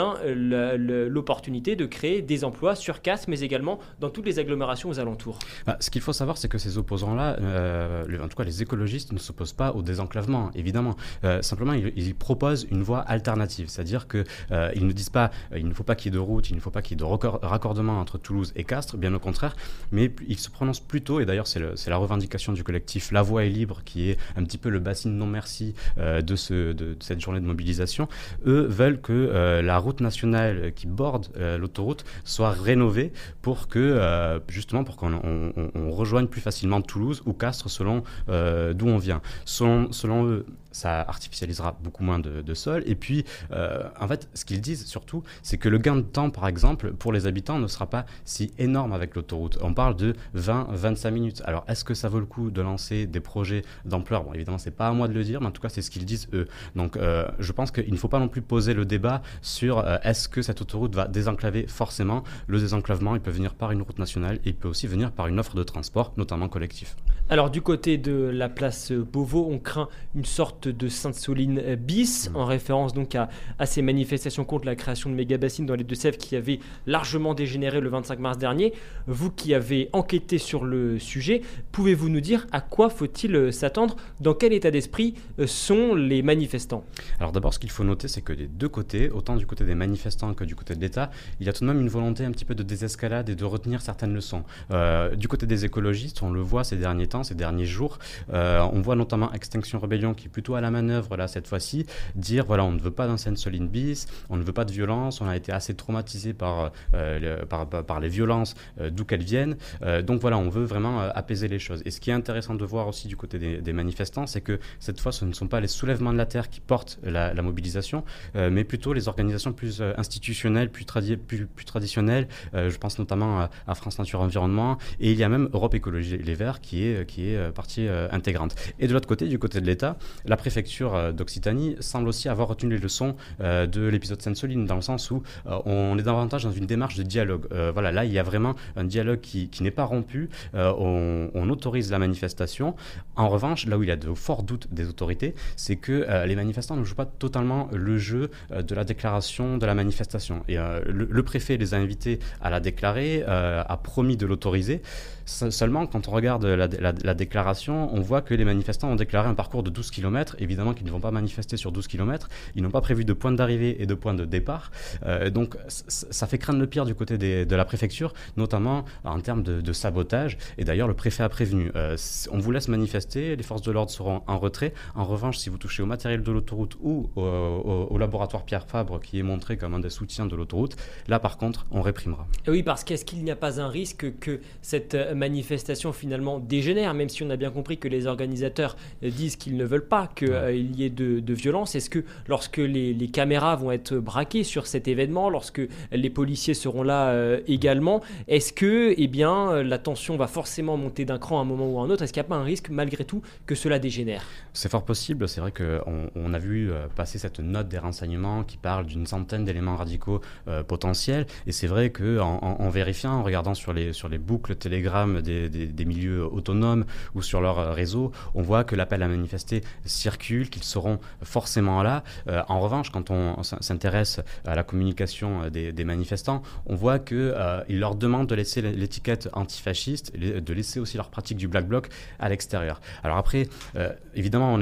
l'opportunité de créer des emplois sur Castres, mais également dans toutes les agglomérations aux alentours. Ce qu'il faut savoir, c'est que ces opposants-là, en tout cas les écologistes, ne s'opposent pas au désenclavement, évidemment. Simplement, ils proposent une voie alternative, c'est-à-dire qu'ils ne disent pas il ne faut pas qu'il y ait de route, il ne faut pas qu'il y ait de raccordement entre Toulouse et Castres, bien au contraire, mais ils se prononcent plutôt, et d'ailleurs c'est la revendication du collectif La Voie est libre, qui est un petit peu le bassin non merci de cette journée de mobilisation. Eux veulent que la route nationale qui borde l'autoroute soit rénovée pour justement pour qu'on rejoigne plus facilement Toulouse ou Castres selon d'où on vient. Selon eux, ça artificialisera beaucoup moins de sol. Et puis, en fait, ce qu'ils disent surtout, c'est que le gain de temps, par exemple, pour les habitants ne sera pas si énorme avec l'autoroute. On parle de 20-25 minutes. Alors, est-ce que ça vaut le coup de lancer des projets d'ampleur ? Bon, évidemment, c'est pas à moi de le dire, mais en tout cas, c'est ce qu'ils disent eux. Donc, je pense qu'il ne faut pas non plus poser le débat sur est-ce que cette autoroute va désenclaver forcément. Le désenclavement, il peut venir par une route nationale et il peut aussi venir par une offre de transport, notamment collectif. Alors, du côté de la place Beauvau, on craint une sorte de Sainte-Soline bis, en référence donc à ces manifestations contre la création de méga-bassines dans les Deux-Sèvres qui avaient largement dégénéré le 25 mars dernier. Vous qui avez enquêté sur le sujet, pouvez-vous nous dire à quoi faut-il s'attendre ? Dans quel état d'esprit sont les manifestants ? Alors d'abord, ce qu'il faut noter, c'est que des deux côtés, autant du côté des manifestants que du côté de l'État, il y a tout de même une volonté un petit peu de désescalade et de retenir certaines leçons. Du côté des écologistes, on le voit ces derniers temps, ces derniers jours, on voit notamment Extinction Rebellion qui est plutôt à la manœuvre là cette fois-ci, dire voilà, on ne veut pas d'un Sainte-Soline bis, on ne veut pas de violence, on a été assez traumatisé par les violences d'où qu'elles viennent, donc voilà, on veut vraiment apaiser les choses. Et ce qui est intéressant de voir aussi du côté des manifestants, c'est que cette fois ce ne sont pas les soulèvements de la terre qui portent la mobilisation, mais plutôt les organisations plus institutionnelles, plus traditionnelles, je pense notamment à France Nature Environnement, et il y a même Europe Écologie Les Verts qui est partie intégrante. Et de l'autre côté, du côté de l'État, la préfecture d'Occitanie semble aussi avoir retenu les leçons de l'épisode Sainte-Soline, dans le sens où on est davantage dans une démarche de dialogue. Voilà, là, il y a vraiment un dialogue qui n'est pas rompu. On autorise la manifestation. En revanche, là où il y a de forts doutes des autorités, c'est que les manifestants ne jouent pas totalement le jeu de la déclaration de la manifestation. Et le préfet les a invités à la déclarer, a promis de l'autoriser. Seulement, quand on regarde la déclaration, on voit que les manifestants ont déclaré un parcours de 12 km. Évidemment qu'ils ne vont pas manifester sur 12 km. Ils n'ont pas prévu de point d'arrivée et de point de départ. Donc, ça fait craindre le pire du côté de la préfecture, notamment en termes de sabotage. Et d'ailleurs, le préfet a prévenu. On vous laisse manifester, les forces de l'ordre seront en retrait. En revanche, si vous touchez au matériel de l'autoroute ou au laboratoire Pierre Fabre, qui est montré comme un des soutiens de l'autoroute, là, par contre, on réprimera. Oui, parce qu'est-ce qu'il n'y a pas un risque que cette manifestation finalement dégénère, même si on a bien compris que les organisateurs disent qu'ils ne veulent pas qu'il y ait de violence. Est-ce que lorsque les caméras vont être braquées sur cet événement, lorsque les policiers seront là également, est-ce que la tension va forcément monter d'un cran à un moment ou à un autre ? Est-ce qu'il n'y a pas un risque malgré tout que cela dégénère ? C'est fort possible. C'est vrai qu'on a vu passer cette note des renseignements qui parle d'une centaine d'éléments radicaux potentiels, et c'est vrai qu'en vérifiant, en regardant sur les boucles Telegram des milieux autonomes ou sur leur réseau, on voit que l'appel à manifester circule, qu'ils seront forcément là. En revanche, quand on s'intéresse à la communication des manifestants, on voit qu'ils leur demandent de laisser l'étiquette antifasciste, de laisser aussi leur pratique du Black Bloc à l'extérieur. Alors après, évidemment,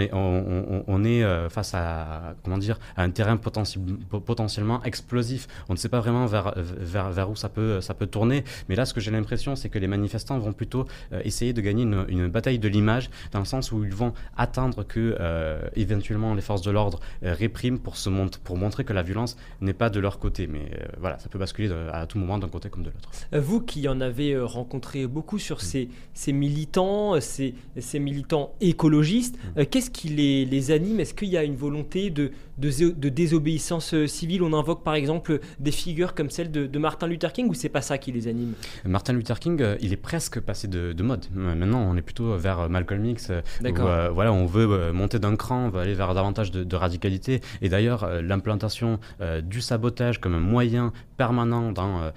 on est face à un terrain potentiellement explosif. On ne sait pas vraiment vers où ça peut tourner, mais là, ce que j'ai l'impression, c'est que les manifestants vont plutôt essayer de gagner une bataille de l'image, dans le sens où ils vont attendre que éventuellement les forces de l'ordre répriment pour montrer que la violence n'est pas de leur côté. Mais voilà, ça peut basculer à tout moment d'un côté comme de l'autre. Vous qui en avez rencontré beaucoup sur ces militants, ces militants écologistes, qu'est-ce qui les anime ? Est-ce qu'il y a une volonté de désobéissance civile ? On invoque par exemple des figures comme celle de Martin Luther King, ou c'est pas ça qui les anime ? Martin Luther King, il est presque passé de mode. Maintenant, on est plutôt vers Malcolm X, où voilà, on veut monter d'un cran, on veut aller vers davantage de radicalité. Et d'ailleurs, l'implantation du sabotage comme un moyen permanent dans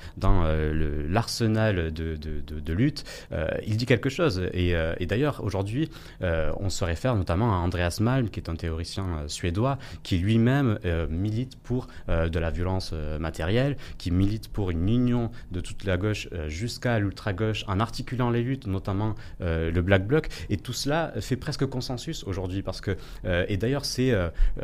l'arsenal de lutte, il dit quelque chose. Et d'ailleurs, aujourd'hui, on se réfère notamment à Andreas Malm, qui est un théoricien suédois, qui lui-même milite pour de la violence matérielle, qui milite pour une union de toute la gauche jusqu'à l'ultra-gauche, en articulant les luttes, notamment le Black Bloc. Et tout cela fait presque consensus aujourd'hui, parce que, et d'ailleurs, c'est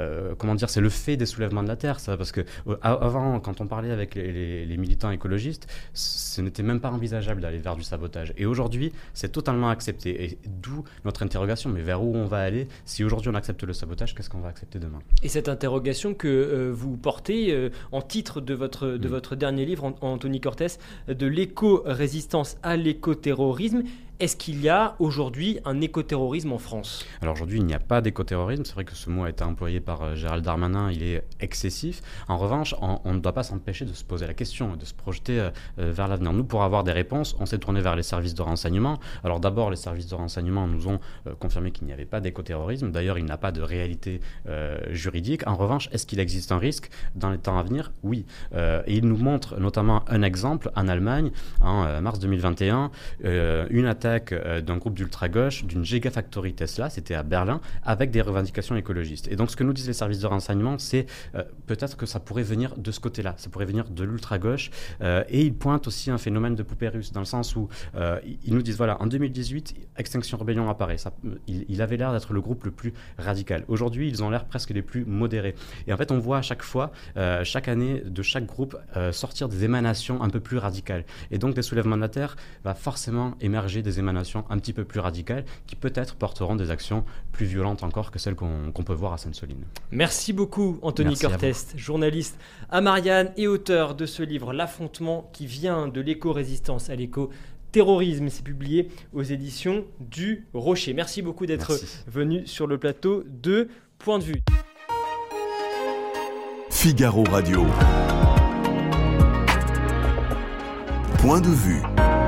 c'est le fait des soulèvements de la Terre, ça, parce que avant, quand on parlait avec les militants écologistes, ce n'était même pas envisageable d'aller vers du sabotage. Et aujourd'hui, c'est totalement accepté. Et d'où notre interrogation, mais vers où on va aller? Si aujourd'hui on accepte le sabotage, qu'est-ce qu'on va accepter demain? Et cette interrogation que vous portez en titre de votre dernier livre, Anthony Cortès, de l'éco-résistance à l'écoterrorisme, est-ce qu'il y a aujourd'hui un écoterrorisme en France? Alors aujourd'hui, il n'y a pas d'écoterrorisme. C'est vrai que ce mot a été employé par Gérald Darmanin, il est excessif. En revanche, on ne doit pas s'empêcher de se poser la question, de se projeter vers l'avenir. Nous, pour avoir des réponses, on s'est tourné vers les services de renseignement. Alors d'abord, les services de renseignement nous ont confirmé qu'il n'y avait pas d'écoterrorisme. D'ailleurs, il n'a pas de réalité juridique. En revanche, est-ce qu'il existe un risque dans les temps à venir? Oui. Et il nous montre notamment un exemple en Allemagne, en mars 2021, une attaque d'un groupe d'ultra-gauche, d'une gigafactory Tesla, c'était à Berlin, avec des revendications écologistes. Et donc ce que nous disent les services de renseignement, c'est peut-être que ça pourrait venir de ce côté-là, ça pourrait venir de l'ultra-gauche, et ils pointent aussi un phénomène de poupée russe, dans le sens où ils nous disent, voilà, en 2018, Extinction Rebellion apparaît, il avait l'air d'être le groupe le plus radical. Aujourd'hui, ils ont l'air presque les plus modérés. Et en fait, on voit à chaque fois, chaque année, de chaque groupe, sortir des émanations un peu plus radicales. Et donc, des soulèvements de la Terre va forcément émerger des émanations un petit peu plus radicales qui peut-être porteront des actions plus violentes encore que celles qu'on peut voir à Sainte-Soline. Merci beaucoup Anthony Cortès, journaliste à Marianne et auteur de ce livre L'affrontement qui vient de l'éco-résistance à l'éco-terrorisme. C'est publié aux éditions du Rocher. Merci beaucoup d'être venu sur le plateau de Point de Vue. Figaro Radio. Point de vue.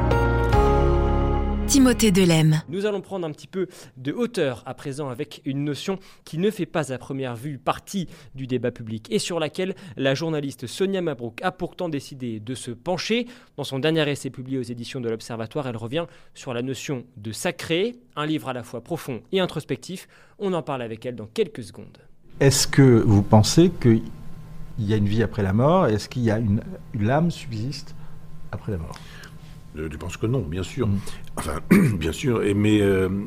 Timothée Delem. Nous allons prendre un petit peu de hauteur à présent avec une notion qui ne fait pas à première vue partie du débat public et sur laquelle la journaliste Sonia Mabrouk a pourtant décidé de se pencher. Dans son dernier essai publié aux éditions de l'Observatoire, elle revient sur la notion de sacré, un livre à la fois profond et introspectif. On en parle avec elle dans quelques secondes. Est-ce que vous pensez qu'il y a une vie après la mort? Est-ce qu'il y a l'âme subsiste après la mort? Je pense que non, bien sûr. Enfin, bien sûr. Mais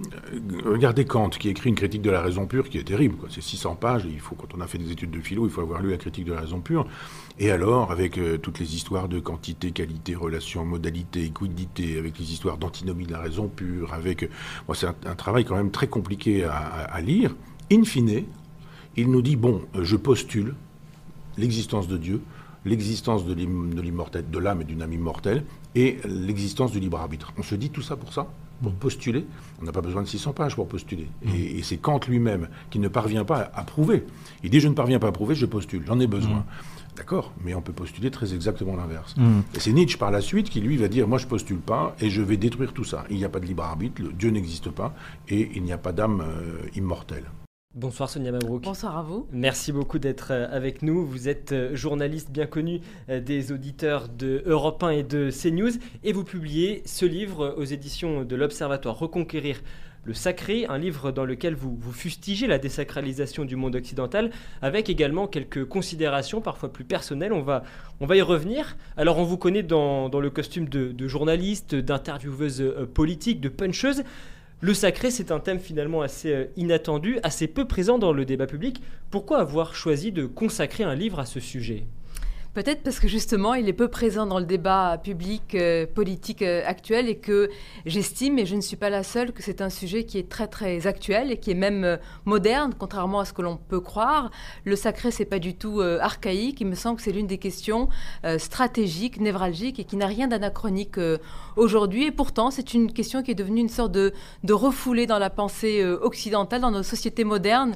regardez Kant, qui écrit une critique de la raison pure, qui est terrible, quoi. C'est 600 pages. Et il faut, quand on a fait des études de philo, il faut avoir lu la critique de la raison pure. Et alors, avec toutes les histoires de quantité, qualité, relation, modalité, quiddité, avec les histoires d'antinomie de la raison pure, avec... c'est un travail quand même très compliqué à lire. In fine, il nous dit, je postule l'existence de Dieu, l'existence de l'immortel, de l'âme et d'une âme immortelle, et l'existence du libre arbitre. On se dit tout ça pour postuler. On n'a pas besoin de 600 pages pour postuler. Et c'est Kant lui-même qui ne parvient pas à prouver. Il dit, je ne parviens pas à prouver, je postule, j'en ai besoin. D'accord, mais on peut postuler très exactement l'inverse. Et c'est Nietzsche par la suite qui lui va dire, moi je postule pas et je vais détruire tout ça. Il n'y a pas de libre arbitre, Dieu n'existe pas et il n'y a pas d'âme immortelle. Bonsoir Sonia Mabrouk. Bonsoir à vous. Merci beaucoup d'être avec nous. Vous êtes journaliste bien connu des auditeurs de Europe 1 et de CNews et vous publiez ce livre aux éditions de l'Observatoire Reconquérir le sacré, un livre dans lequel vous fustigez la désacralisation du monde occidental avec également quelques considérations parfois plus personnelles. On va y revenir. Alors on vous connaît dans le costume de journaliste, d'intervieweuse politique, de puncheuse. Le sacré, c'est un thème finalement assez inattendu, assez peu présent dans le débat public. Pourquoi avoir choisi de consacrer un livre à ce sujet ? Peut-être parce que justement, il est peu présent dans le débat public, politique actuel et que j'estime, et je ne suis pas la seule, que c'est un sujet qui est très très actuel et qui est même moderne, contrairement à ce que l'on peut croire. Le sacré, c'est pas du tout archaïque. Il me semble que c'est l'une des questions stratégiques, névralgiques et qui n'a rien d'anachronique aujourd'hui. Et pourtant, c'est une question qui est devenue une sorte de refoulée dans la pensée occidentale, dans nos sociétés modernes,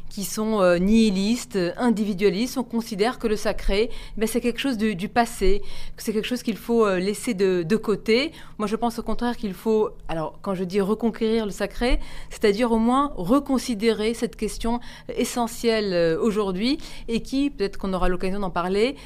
qui sont nihilistes, individualistes. On considère que le sacré, c'est quelque chose du passé, que c'est quelque chose qu'il faut laisser de côté. Moi, je pense au contraire qu'il faut, alors quand je dis reconquérir le sacré, c'est-à-dire au moins reconsidérer cette question essentielle aujourd'hui et qui, peut-être qu'on aura l'occasion d'en parler,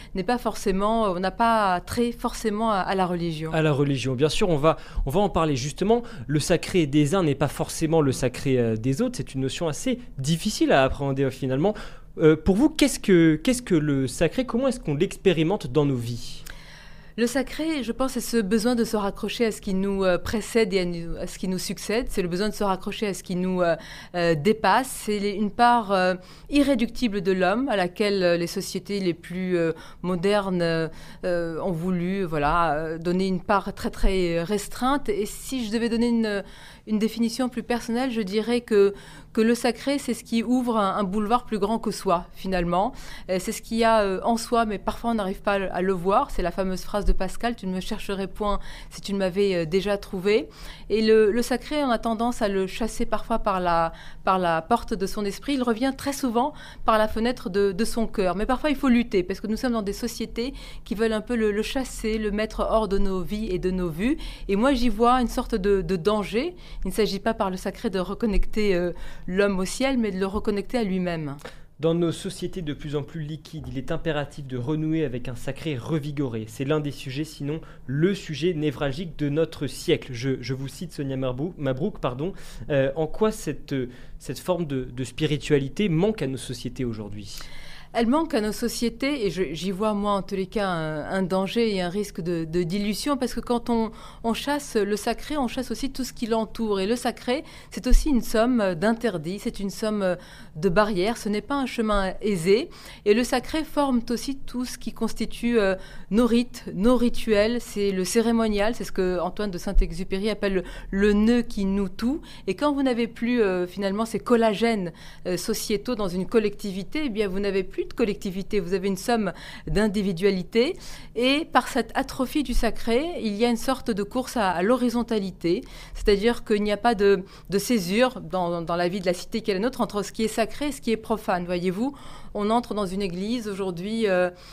on n'a pas trait forcément à la religion. À la religion, bien sûr, on va en parler justement. Le sacré des uns n'est pas forcément le sacré des autres. C'est une notion assez difficile à appréhender finalement. Pour vous, qu'est-ce que le sacré? Comment est-ce qu'on l'expérimente dans nos vies? Le sacré, je pense, c'est ce besoin de se raccrocher à ce qui nous précède et à ce qui nous succède. C'est le besoin de se raccrocher à ce qui nous dépasse. C'est une part irréductible de l'homme à laquelle les sociétés les plus modernes ont voulu donner une part très très restreinte. Et si je devais donner une définition plus personnelle, je dirais que le sacré, c'est ce qui ouvre un boulevard plus grand que soi, finalement. C'est ce qu'il y a en soi, mais parfois on n'arrive pas à le voir. C'est la fameuse phrase de Pascal, « Tu ne me chercherais point si tu ne m'avais déjà trouvé ». Et le sacré, on a tendance à le chasser parfois par la porte de son esprit. Il revient très souvent par la fenêtre de son cœur. Mais parfois, il faut lutter, parce que nous sommes dans des sociétés qui veulent un peu le chasser, le mettre hors de nos vies et de nos vues. Et moi, j'y vois une sorte de danger. Il ne s'agit pas par le sacré de reconnecter l'homme au ciel, mais de le reconnecter à lui-même. Dans nos sociétés de plus en plus liquides, il est impératif de renouer avec un sacré revigoré. C'est l'un des sujets, sinon le sujet névralgique de notre siècle. Je vous cite Sonia Mabrouk. En quoi cette forme de spiritualité manque à nos sociétés aujourd'hui ? Elle manque à nos sociétés et j'y vois, moi, en tous les cas, un danger et un risque de dilution parce que quand on chasse le sacré, on chasse aussi tout ce qui l'entoure. Et le sacré, c'est aussi une somme d'interdits, c'est une somme de barrières. Ce n'est pas un chemin aisé. Et le sacré forme aussi tout ce qui constitue nos rites, nos rituels. C'est le cérémonial, c'est ce que Antoine de Saint-Exupéry appelle le nœud qui noue tout. Et quand vous n'avez plus, finalement, ces collagènes sociétaux dans une collectivité, eh bien, vous n'avez plus de collectivité, vous avez une somme d'individualité et par cette atrophie du sacré, il y a une sorte de course à l'horizontalité, c'est-à-dire qu'il n'y a pas de césure dans la vie de la cité qui est la nôtre entre ce qui est sacré et ce qui est profane. Voyez-vous, on entre dans une église aujourd'hui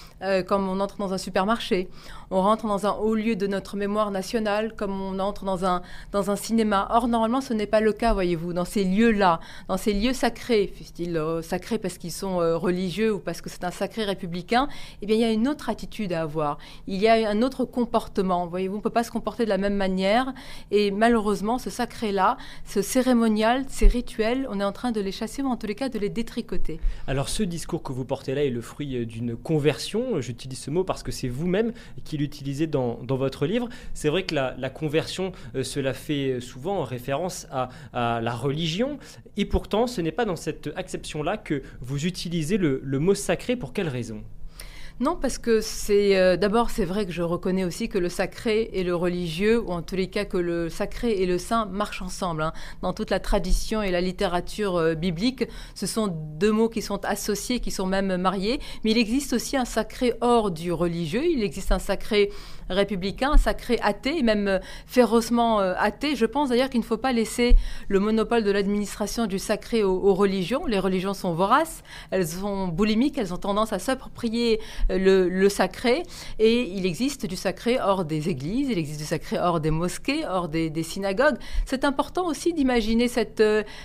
comme on entre dans un supermarché. On rentre dans un haut lieu de notre mémoire nationale comme on entre dans un cinéma. Or, normalement, ce n'est pas le cas, voyez-vous, dans ces lieux-là, dans ces lieux sacrés, fût-ils sacrés parce qu'ils sont religieux ou parce que c'est un sacré républicain, eh bien, il y a une autre attitude à avoir. Il y a un autre comportement. Voyez-vous, on ne peut pas se comporter de la même manière. Et malheureusement, ce sacré-là, ce cérémonial, ces rituels, on est en train de les chasser ou en tous les cas de les détricoter. Alors, ce discours que vous portez là est le fruit d'une conversion. J'utilise ce mot parce que c'est vous-même qui l'utilisez dans votre livre. C'est vrai que la conversion, cela fait souvent référence à la religion. Et pourtant, ce n'est pas dans cette acception-là que vous utilisez le mot sacré. Pour quelle raison ? Non, parce que d'abord, c'est vrai que je reconnais aussi que le sacré et le religieux, ou en tous les cas que le sacré et le saint marchent ensemble. Hein. Dans toute la tradition et la littérature biblique, ce sont deux mots qui sont associés, qui sont même mariés. Mais il existe aussi un sacré hors du religieux. Il existe un sacré républicain, un sacré athée, et même férocement athée. Je pense d'ailleurs qu'il ne faut pas laisser le monopole de l'administration du sacré aux religions. Les religions sont voraces, elles sont boulimiques, elles ont tendance à s'approprier le sacré, et il existe du sacré hors des églises, il existe du sacré hors des mosquées, hors des synagogues. C'est important aussi d'imaginer cette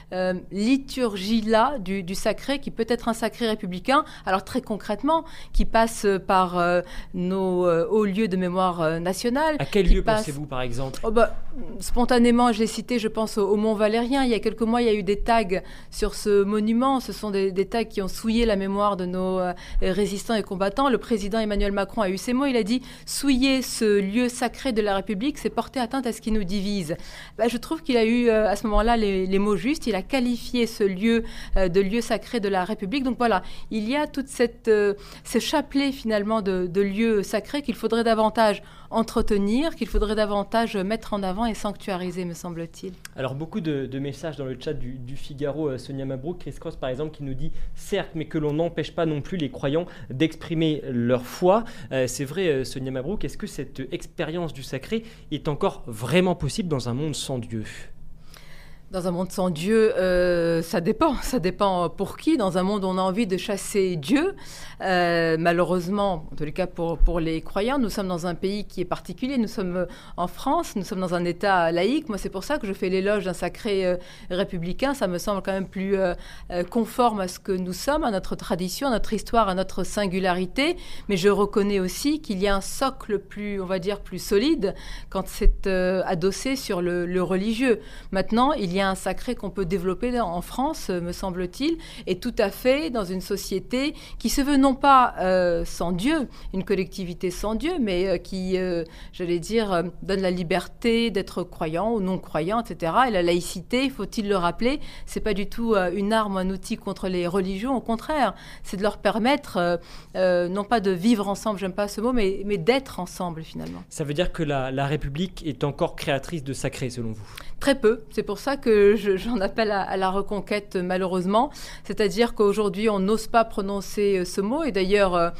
liturgie-là du sacré qui peut être un sacré républicain, alors très concrètement, qui passe par nos hauts lieux de mémoire nationale. À quel lieu pensez-vous, par exemple ? Spontanément, je l'ai cité, je pense au Mont Valérien. Il y a quelques mois, il y a eu des tags sur ce monument. Ce sont des tags qui ont souillé la mémoire de nos résistants et combattants. Le président Emmanuel Macron a eu ces mots. Il a dit « Souiller ce lieu sacré de la République, c'est porter atteinte à ce qui nous divise ». Je trouve qu'il a eu à ce moment-là les mots justes. Il a qualifié ce lieu de lieu sacré de la République. Donc voilà, il y a toute ce chapelet finalement de lieux sacrés qu'il faudrait davantage entretenir, qu'il faudrait davantage mettre en avant et sanctuariser, me semble-t-il. Alors, beaucoup de messages dans le chat du Figaro, Sonia Mabrouk, Chris Cross par exemple, qui nous dit « Certes, mais que l'on n'empêche pas non plus les croyants d'exprimer leur foi ». C'est vrai, Sonia Mabrouk, est-ce que cette expérience du sacré est encore vraiment possible dans un monde sans Dieu ? Dans un monde sans Dieu, ça dépend pour qui. Dans un monde où on a envie de chasser Dieu, malheureusement, en tous les cas pour les croyants, nous sommes dans un pays qui est particulier. Nous sommes en France, nous sommes dans un État laïque. Moi, c'est pour ça que je fais l'éloge d'un sacré républicain. Ça me semble quand même plus conforme à ce que nous sommes, à notre tradition, à notre histoire, à notre singularité. Mais je reconnais aussi qu'il y a un socle plus, on va dire, plus solide quand c'est adossé sur le religieux. Maintenant, il y a un sacré qu'on peut développer en France, me semble-t-il, et tout à fait dans une société qui se veut non pas sans Dieu, une collectivité sans Dieu, mais qui, j'allais dire, donne la liberté d'être croyant ou non croyant, etc. Et la laïcité, faut-il le rappeler, c'est pas du tout une arme ou un outil contre les religions, au contraire, c'est de leur permettre, non pas de vivre ensemble, j'aime pas ce mot, mais d'être ensemble finalement. Ça veut dire que la République est encore créatrice de sacré, selon vous ? Très peu. C'est pour ça que j'en appelle à la reconquête, malheureusement. C'est-à-dire qu'aujourd'hui, on n'ose pas prononcer ce mot. Et d'ailleurs,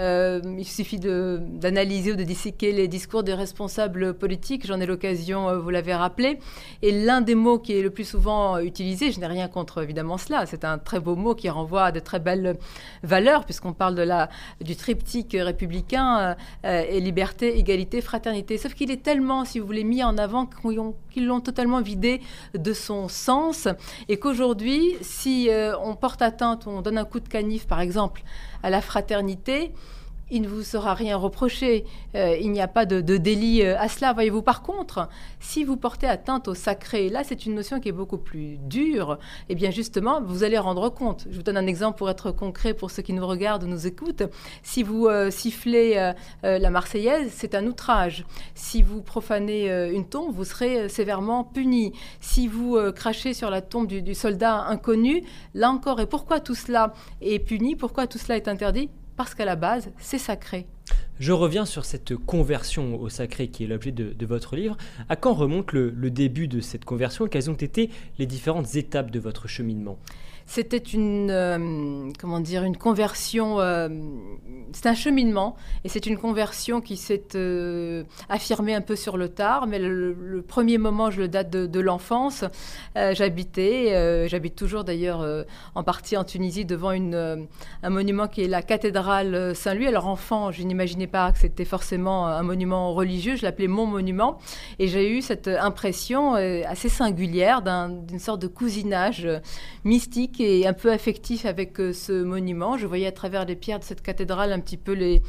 il suffit d'analyser ou de disséquer les discours des responsables politiques. J'en ai l'occasion, vous l'avez rappelé. Et l'un des mots qui est le plus souvent utilisé, je n'ai rien contre évidemment cela, c'est un très beau mot qui renvoie à de très belles valeurs, puisqu'on parle du triptyque républicain et liberté, égalité, fraternité. Sauf qu'il est tellement, si vous voulez, mis en avant qu'ils l'ont totalement vidé de son sens, et qu'aujourd'hui, si on porte atteinte, on donne un coup de canif, par exemple, à la fraternité, il ne vous sera rien reproché. Il n'y a pas de délit à cela. Voyez-vous, par contre, si vous portez atteinte au sacré, là, c'est une notion qui est beaucoup plus dure, et bien justement, vous allez rendre compte. Je vous donne un exemple pour être concret pour ceux qui nous regardent ou nous écoutent. Si vous sifflez la Marseillaise, c'est un outrage. Si vous profanez une tombe, vous serez sévèrement puni. Si vous crachez sur la tombe du soldat inconnu, là encore, et pourquoi tout cela est puni? Pourquoi tout cela est interdit? Parce qu'à la base, c'est sacré. Je reviens sur cette conversion au sacré qui est l'objet de votre livre. À quand remonte le début de cette conversion et quelles ont été les différentes étapes de votre cheminement ? C'était une conversion, c'est un cheminement, et c'est une conversion qui s'est affirmée un peu sur le tard, mais le premier moment, je le date de l'enfance. J'habite toujours d'ailleurs en partie en Tunisie, devant un monument qui est la cathédrale Saint-Louis. Alors enfant, je n'imaginais pas que c'était forcément un monument religieux, je l'appelais mon monument, et j'ai eu cette impression assez singulière d'une sorte de cousinage mystique et un peu affectif avec ce monument. Je voyais à travers les pierres de cette cathédrale un petit peu les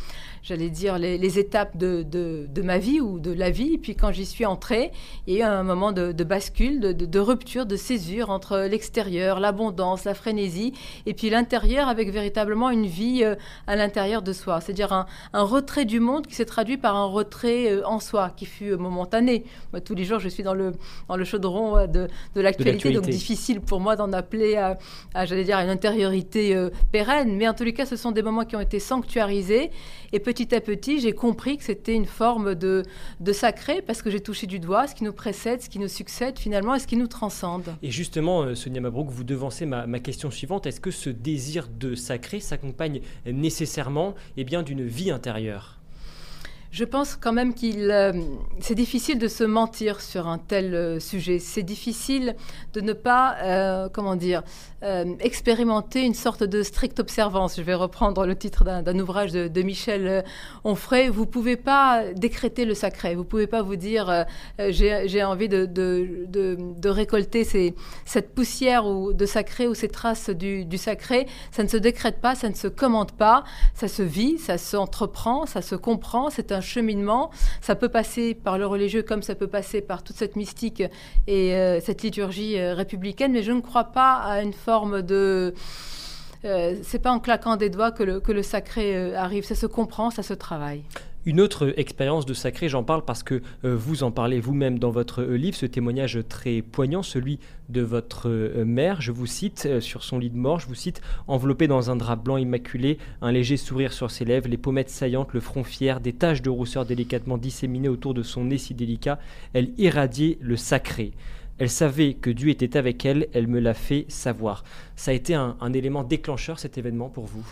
étapes de ma vie ou de la vie. Et puis quand j'y suis entrée, il y a eu un moment de bascule, de rupture, de césure entre l'extérieur, l'abondance, la frénésie, et puis l'intérieur avec véritablement une vie à l'intérieur de soi. C'est-à-dire un retrait du monde qui s'est traduit par un retrait en soi, qui fut momentané. Moi, tous les jours, je suis dans le chaudron de l'actualité, donc difficile pour moi d'en appeler à une intériorité pérenne, mais en tous les cas, ce sont des moments qui ont été sanctuarisés, et petit à petit, j'ai compris que c'était une forme de sacré, parce que j'ai touché du doigt ce qui nous précède, ce qui nous succède finalement, et ce qui nous transcende. Et justement, Sonia Mabrouk, vous devancez ma question suivante. Est-ce que ce désir de sacré s'accompagne nécessairement d'une vie intérieure ? Je pense quand même c'est difficile de se mentir sur un tel sujet. C'est difficile de ne pas, expérimenter une sorte de stricte observance. Je vais reprendre le titre d'un ouvrage de Michel Onfray. Vous ne pouvez pas décréter le sacré. Vous ne pouvez pas vous dire j'ai envie de récolter cette poussière de sacré ou ces traces du sacré. Ça ne se décrète pas, ça ne se commande pas. Ça se vit, ça s'entreprend, ça se comprend. C'est un cheminement. Ça peut passer par le religieux comme ça peut passer par toute cette mystique et cette liturgie républicaine, mais je ne crois pas à une forme de... c'est pas en claquant des doigts que le sacré arrive. Ça se comprend, ça se travaille. Une autre expérience de sacré, j'en parle parce que vous en parlez vous-même dans votre livre, ce témoignage très poignant, celui de votre mère. Je vous cite, sur son lit de mort, je vous cite « Enveloppée dans un drap blanc immaculé, un léger sourire sur ses lèvres, les pommettes saillantes, le front fier, des taches de rousseur délicatement disséminées autour de son nez si délicat, elle irradiait le sacré. Elle savait que Dieu était avec elle, elle me l'a fait savoir. » Ça a été un élément déclencheur, cet événement, pour vous ?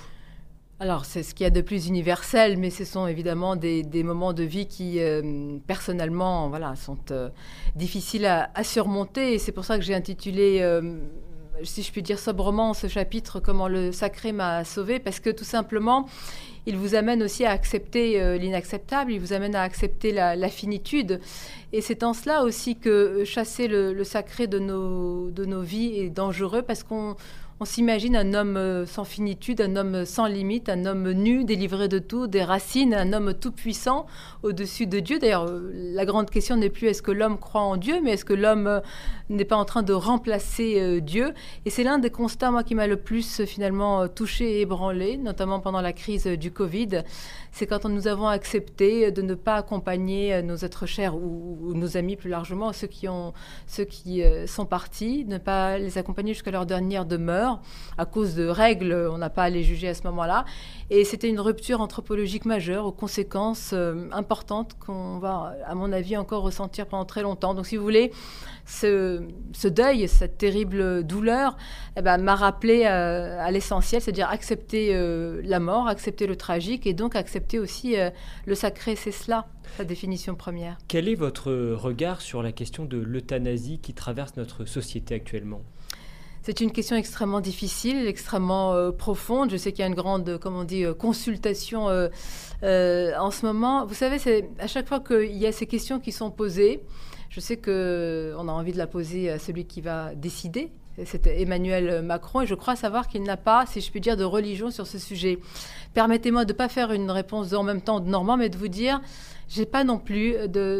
Alors, c'est ce qu'il y a de plus universel, mais ce sont évidemment des moments de vie qui, personnellement, voilà, sont difficiles à surmonter. Et c'est pour ça que j'ai intitulé, si je puis dire sobrement, ce chapitre « Comment le sacré m'a sauvé », parce que tout simplement, il vous amène aussi à accepter l'inacceptable, il vous amène à accepter la finitude. Et c'est en cela aussi que chasser le sacré de nos vies est dangereux, parce qu'on s'imagine un homme sans finitude, un homme sans limite, un homme nu, délivré de tout, des racines, un homme tout-puissant au-dessus de Dieu. D'ailleurs, la grande question n'est plus est-ce que l'homme croit en Dieu, mais est-ce que l'homme n'est pas en train de remplacer Dieu. Et c'est l'un des constats, moi, qui m'a le plus finalement touché et ébranlé, notamment pendant la crise du Covid. C'est quand nous avons accepté de ne pas accompagner nos êtres chers ou nos amis plus largement, ceux qui sont partis, ne pas les accompagner jusqu'à leur dernière demeure. À cause de règles, on n'a pas à les juger à ce moment-là. Et c'était une rupture anthropologique majeure, aux conséquences importantes qu'on va, à mon avis, encore ressentir pendant très longtemps. Donc, si vous voulez, ce deuil, cette terrible douleur, m'a rappelé à l'essentiel, c'est-à-dire accepter la mort, accepter le tragique et donc accepter aussi le sacré. C'est cela, la définition première. Quel est votre regard sur la question de l'euthanasie qui traverse notre société actuellement ? C'est une question extrêmement difficile, extrêmement profonde. Je sais qu'il y a une grande, consultation en ce moment. Vous savez, c'est à chaque fois qu'il y a ces questions qui sont posées, je sais qu'on a envie de la poser à celui qui va décider. C'est Emmanuel Macron, et je crois savoir qu'il n'a pas, si je puis dire, de religion sur ce sujet. Permettez-moi de ne pas faire une réponse en même temps de Normand, mais de vous dire, j'ai pas non plus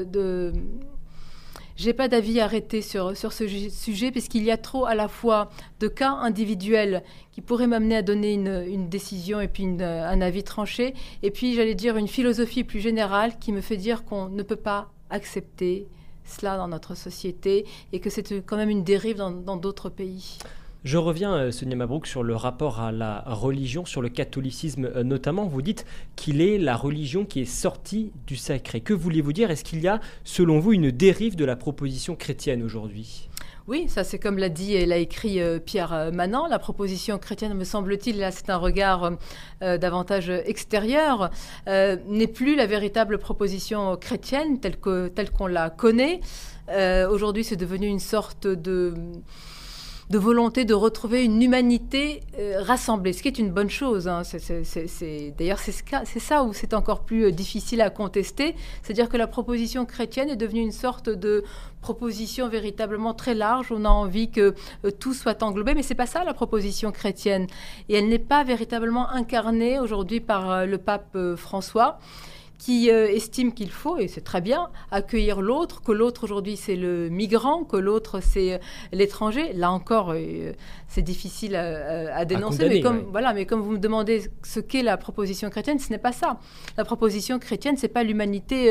j'ai pas d'avis arrêté sur ce sujet, puisqu'il y a trop à la fois de cas individuels qui pourraient m'amener à donner une décision et puis un avis tranché, et puis, j'allais dire, une philosophie plus générale qui me fait dire qu'on ne peut pas accepter cela dans notre société et que c'est quand même une dérive dans d'autres pays. Je reviens, Sonia Mabrouk, sur le rapport à la religion, sur le catholicisme notamment. Vous dites qu'il est la religion qui est sortie du sacré. Que voulez-vous dire ? Est-ce qu'il y a, selon vous, une dérive de la proposition chrétienne aujourd'hui ? Oui, ça c'est comme l'a dit et l'a écrit Pierre Manant. La proposition chrétienne, me semble-t-il, là c'est un regard davantage extérieur, n'est plus la véritable proposition chrétienne telle qu'on la connaît. Aujourd'hui, c'est devenu une sorte de volonté de retrouver une humanité rassemblée, ce qui est une bonne chose. Hein. D'ailleurs, c'est ça où c'est encore plus difficile à contester. C'est-à-dire que la proposition chrétienne est devenue une sorte de proposition véritablement très large. On a envie que tout soit englobé, mais c'est pas ça la proposition chrétienne. Et elle n'est pas véritablement incarnée aujourd'hui par le pape François, qui estime qu'il faut, et c'est très bien, accueillir l'autre, que l'autre aujourd'hui c'est le migrant, que l'autre c'est l'étranger. Là encore, c'est difficile à dénoncer, mais comme vous me demandez ce qu'est la proposition chrétienne, ce n'est pas ça. La proposition chrétienne, c'est pas l'humanité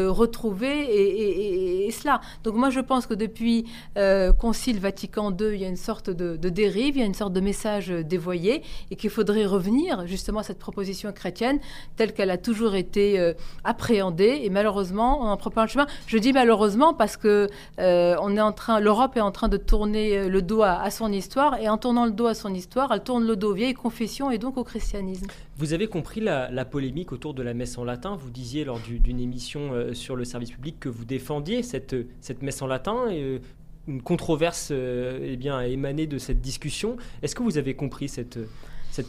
retrouvée et cela. Donc moi je pense que depuis Concile Vatican II, il y a une sorte de dérive, il y a une sorte de message dévoyé, et qu'il faudrait revenir justement à cette proposition chrétienne telle qu'elle a toujours été appréhendée, et malheureusement on en prend pas le chemin. Je dis malheureusement parce que l'Europe est en train de tourner le dos à son histoire, et en tournant le dos à son histoire, elle tourne le dos aux vieilles confessions et donc au christianisme. Vous avez compris la polémique autour de la messe en latin. Vous disiez lors d'une émission sur le service public que vous défendiez cette messe en latin, et une controverse a émané de cette discussion. Est-ce que vous avez compris cette polémique ?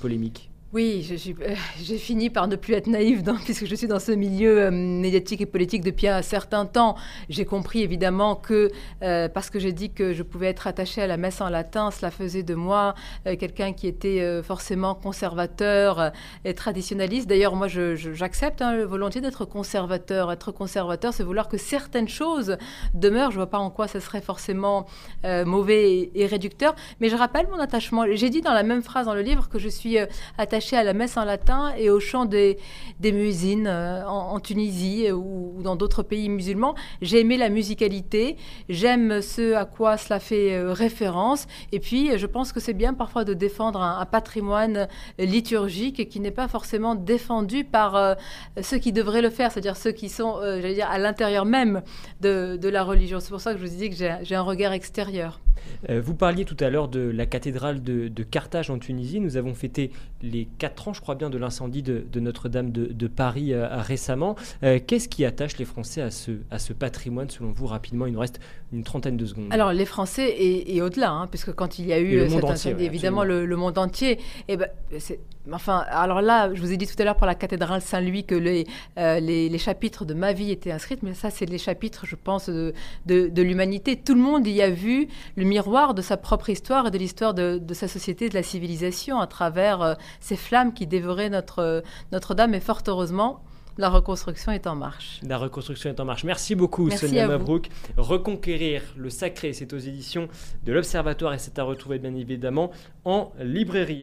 Oui, j'ai fini par ne plus être naïve puisque je suis dans ce milieu médiatique et politique depuis un certain temps. J'ai compris évidemment que, parce que j'ai dit que je pouvais être attachée à la messe en latin, cela faisait de moi quelqu'un qui était forcément conservateur et traditionnaliste. D'ailleurs, moi, j'accepte volontiers d'être conservateur. Être conservateur, c'est vouloir que certaines choses demeurent. Je ne vois pas en quoi ce serait forcément mauvais et réducteur. Mais je rappelle mon attachement. J'ai dit dans la même phrase dans le livre que je suis attachée à la messe en latin et au chant des muezzines en Tunisie ou dans d'autres pays musulmans. J'ai aimé la musicalité, j'aime ce à quoi cela fait référence, et puis je pense que c'est bien parfois de défendre un patrimoine liturgique qui n'est pas forcément défendu par ceux qui devraient le faire, c'est-à-dire ceux qui sont à l'intérieur même de la religion. C'est pour ça que je vous dis que j'ai un regard extérieur. Vous parliez tout à l'heure de la cathédrale de Carthage en Tunisie. Nous avons fêté les les 4 ans, je crois bien, de l'incendie de Notre-Dame de Paris récemment. Qu'est-ce qui attache les Français à ce patrimoine, selon vous, rapidement? Il nous reste une trentaine de secondes. Alors, les Français et au-delà, puisque quand il y a eu cet incendie, évidemment, le monde entier, enfin, alors là, je vous ai dit tout à l'heure pour la cathédrale Saint-Louis que les chapitres de ma vie étaient inscrits, mais ça, c'est les chapitres, je pense, de l'humanité. Tout le monde y a vu le miroir de sa propre histoire et de l'histoire de sa société, de la civilisation, à travers ces flammes qui dévoraient Notre-Dame. Et fort heureusement, la reconstruction est en marche. La reconstruction est en marche. Merci beaucoup, Sonia Mabrouk. Reconquérir le sacré, c'est aux éditions de l'Observatoire et c'est à retrouver bien évidemment en librairie.